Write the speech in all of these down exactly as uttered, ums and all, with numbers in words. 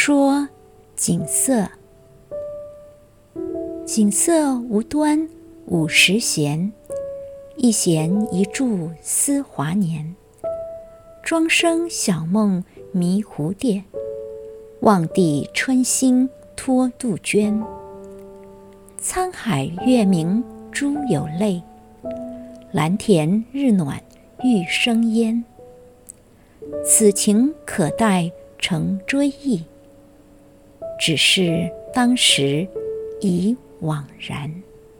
说景色。景色无端五十弦，一弦一柱思华年。庄生晓梦迷蝴蝶，望帝春心托杜鹃。沧海月明珠有泪，蓝田日暖玉生烟。此情可待成追忆，只是当时已惘然。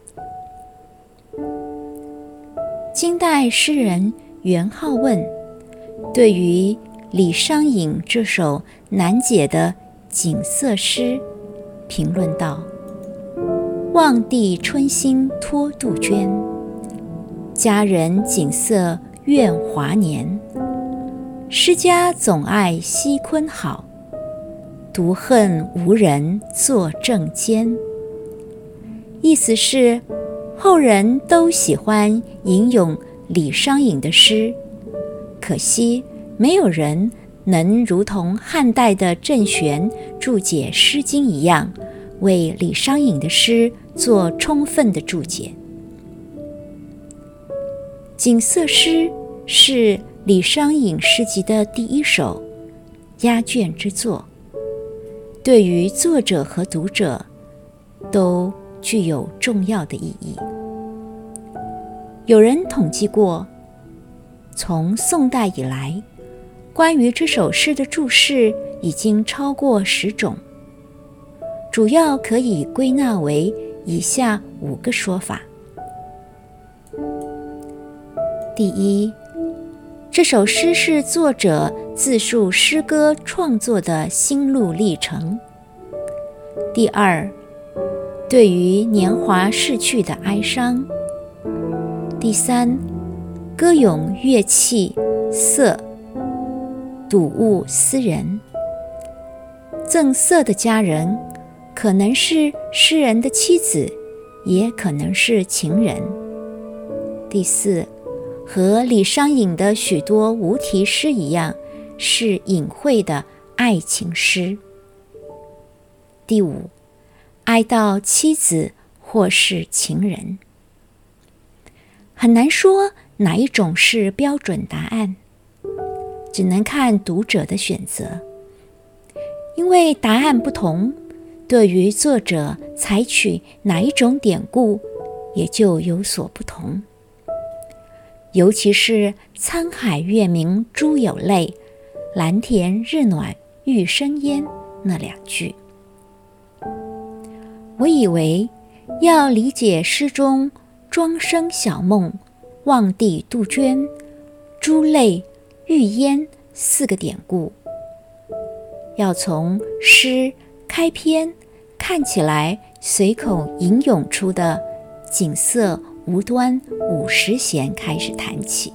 金代诗人元好问对于李商隐这首难解的景色诗评论道：望帝春心托杜鹃，佳人景色怨华年。诗家总爱西昆好，独恨无人作正间。意思是后人都喜欢吟咏李商隐的诗，可惜没有人能如同汉代的郑玄注解《诗经》一样，为李商隐的诗做充分的注解。景色诗是李商隐诗集的第一首压卷之作，对于作者和读者都具有重要的意义。有人统计过，从宋代以来，关于这首诗的注释已经超过十种，主要可以归纳为以下五个说法。第一，这首诗是作者自述诗歌创作的心路历程。第二，对于年华逝去的哀伤。第三，歌咏乐器、色，睹物思人。赠色的佳人可能是诗人的妻子，也可能是情人。第四，和李商隐的许多无题诗一样，是隐晦的爱情诗。第五，哀悼妻子或是情人。很难说哪一种是标准答案，只能看读者的选择。因为答案不同，对于作者采取哪一种典故也就有所不同。尤其是沧海月明珠有泪，蓝田日暖玉生烟那两句。我以为要理解诗中庄生晓梦、望帝杜鹃、珠泪、玉烟四个典故，要从诗开篇看起来随口吟咏出的景色无端五十弦开始谈起。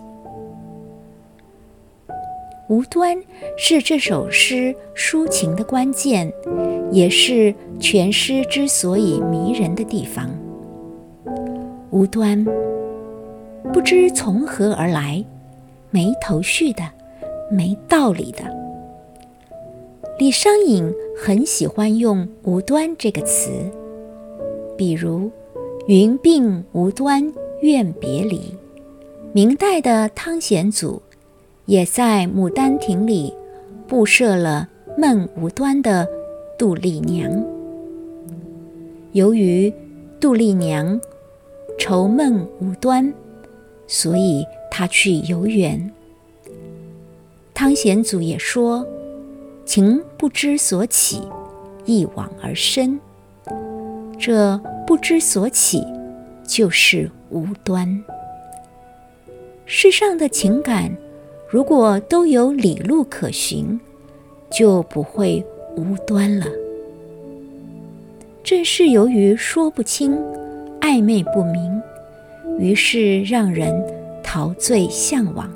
无端是这首诗抒情的关键，也是全诗之所以迷人的地方。无端，不知从何而来，没头绪的，没道理的。李商隐很喜欢用无端这个词，比如云鬓无端怨别离。明代的汤显祖也在《牡丹亭》里布设了闷无端的杜丽娘。由于杜丽娘愁闷无端，所以她去游园。汤显祖也说，情不知所起，一往而深。这不知所起就是无端。世上的情感如果都有理路可循，就不会无端了。正是由于说不清，暧昧不明，于是让人陶醉向往。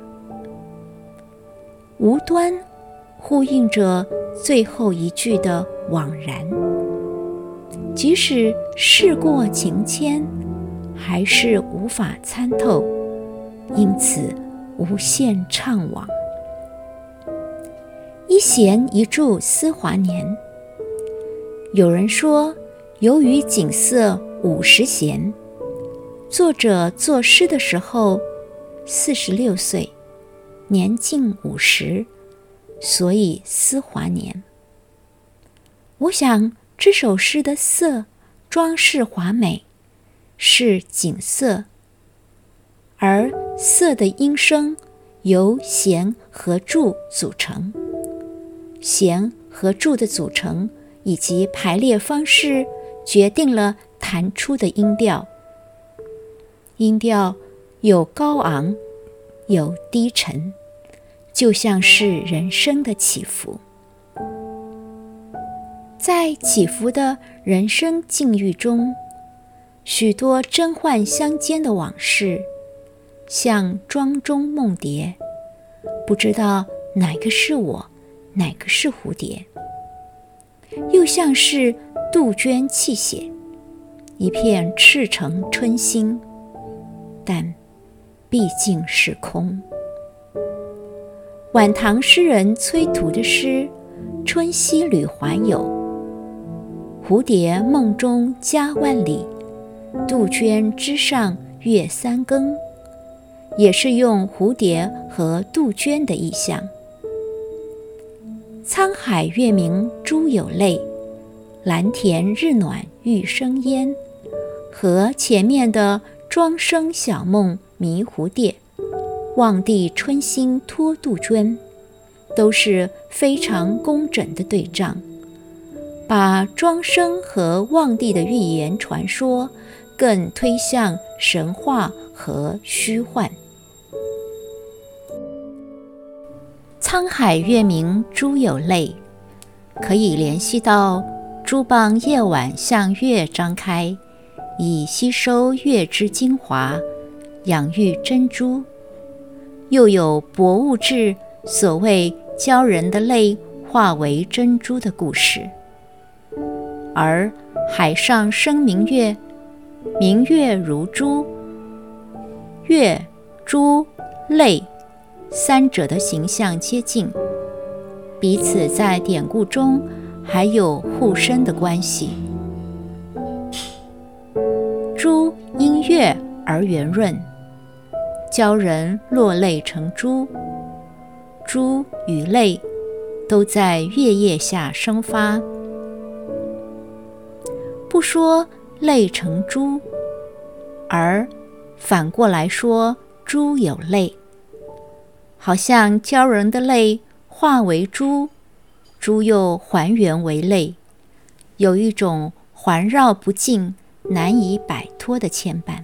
无端呼应着最后一句的惘然，即使事过境迁，还是无法参透，因此无限怅惘。一弦一柱思华年， 有人说，由于景色五十弦，作者作诗的时候四十六岁，年近五十，所以思华年。我想这首诗的色装饰华美，是景色，而色的音声由弦和柱组成，弦和柱的组成以及排列方式决定了弹出的音调。音调有高昂，有低沉，就像是人生的起伏。在起伏的人生境遇中，许多真幻相间的往事，像庄中梦蝶，不知道哪个是我，哪个是蝴蝶；又像是杜鹃泣血，一片赤诚春心，但毕竟是空。晚唐诗人崔涂的诗《春溪旅华有》，蝴蝶梦中家万里，杜鹃枝上月三更，也是用蝴蝶和杜鹃的意象。沧海月明珠有泪，蓝田日暖玉生烟，和前面的庄生晓梦迷蝴蝶，望帝春心托杜鹃，都是非常工整的对仗，把庄生和望帝的寓言传说更推向神话和虚幻。沧海月明珠有泪，可以联系到珠蚌夜晚向月张开，以吸收月之精华，养育珍珠。又有博物志所谓鲛人的泪化为珍珠的故事。而海上生明月，明月如珠，月、珠、泪三者的形象接近，彼此在典故中还有互生的关系。珠因月而圆润，鲛人落泪成珠，珠与泪都在月夜下生发。不说泪成珠，而反过来说珠有泪，好像鲛人的泪化为珠，珠又还原为泪，有一种环绕不尽、难以摆脱的牵绊。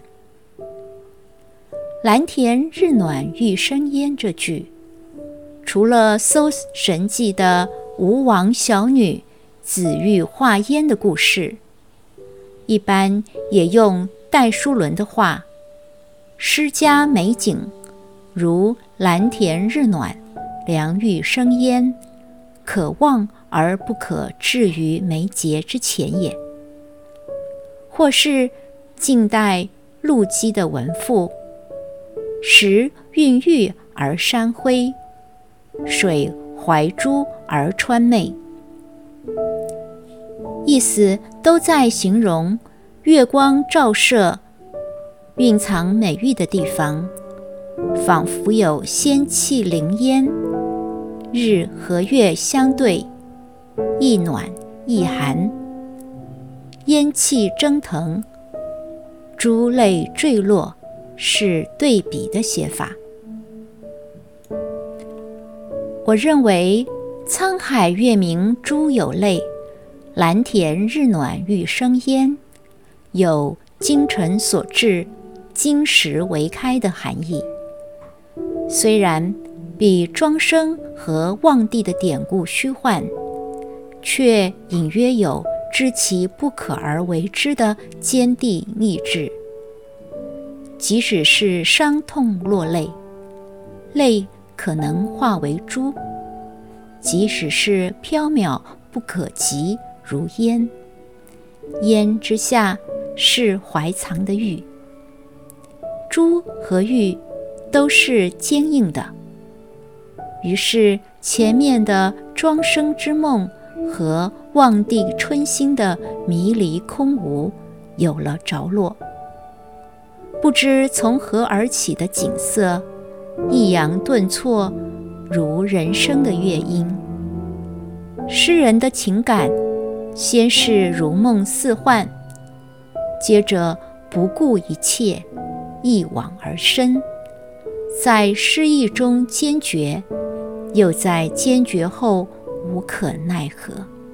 蓝田日暖玉生烟这句，除了《搜神记》的吴王小女紫玉化烟的故事，一般也用戴叔伦的话，诗家美景如蓝田日暖，凉玉生烟，可望而不可至于眉睫之前也。或是近代陆机的文赋，时韵玉而山辉，水怀珠而川媚，意思都在形容月光照射蕴藏美玉的地方，仿佛有仙气凌烟，日和月相对，一暖一寒，烟气蒸腾，珠泪坠落，是对比的写法。我认为沧海月明珠有泪，蓝田日暖玉生烟，有精诚所至，金石为开的含义。虽然比庄生和望帝的典故虚幻，却隐约有知其不可而为之的坚定意志。即使是伤痛落泪，泪可能化为珠；即使是缥缈不可及如烟，烟之下是怀藏的玉。珠和玉都是坚硬的，于是前面的庄生之梦和望帝春心的迷离空无有了着落。不知从何而起的景色，抑扬顿挫，如人生的乐音。诗人的情感先是如梦似幻，接着不顾一切，一往而深，在失意中坚决，又在坚决后无可奈何。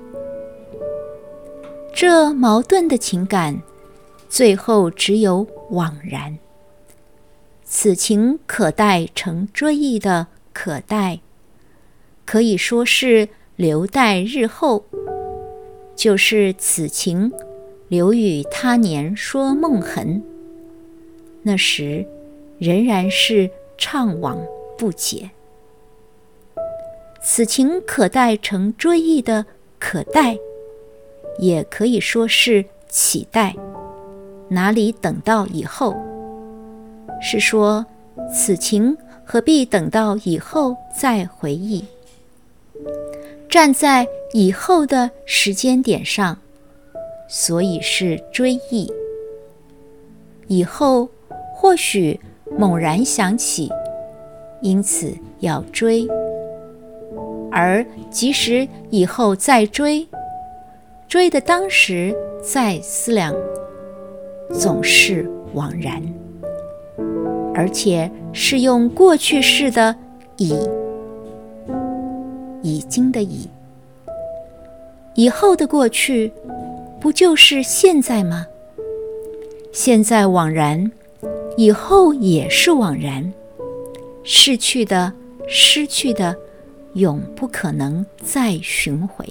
这矛盾的情感，最后只有惘然。此情可待成追忆的可待，可以说是留待日后，就是此情留与他年说梦痕，那时仍然是怅惘不解。此情可待成追忆的可待，也可以说是期待，哪里等到以后？是说此情何必等到以后再回忆？站在以后的时间点上，所以是追忆。以后或许猛然想起，因此要追。而即使以后再追，追的当时再思量，总是惘然，而且是用过去式的已，已经的已。以后的过去不就是现在吗？现在惘然，以后也是惘然。逝去的、失去的，永不可能再寻回。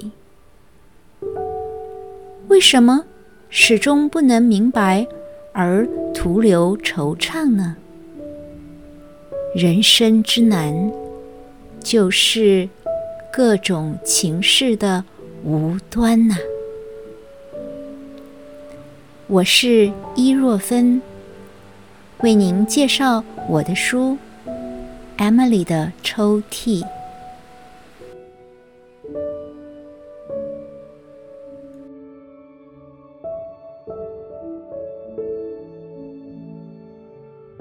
为什么始终不能明白，而徒留惆怅呢？人生之难，就是各种情事的无端呐、啊。我是伊若芬，为您介绍我的书《Emily 的抽屉》。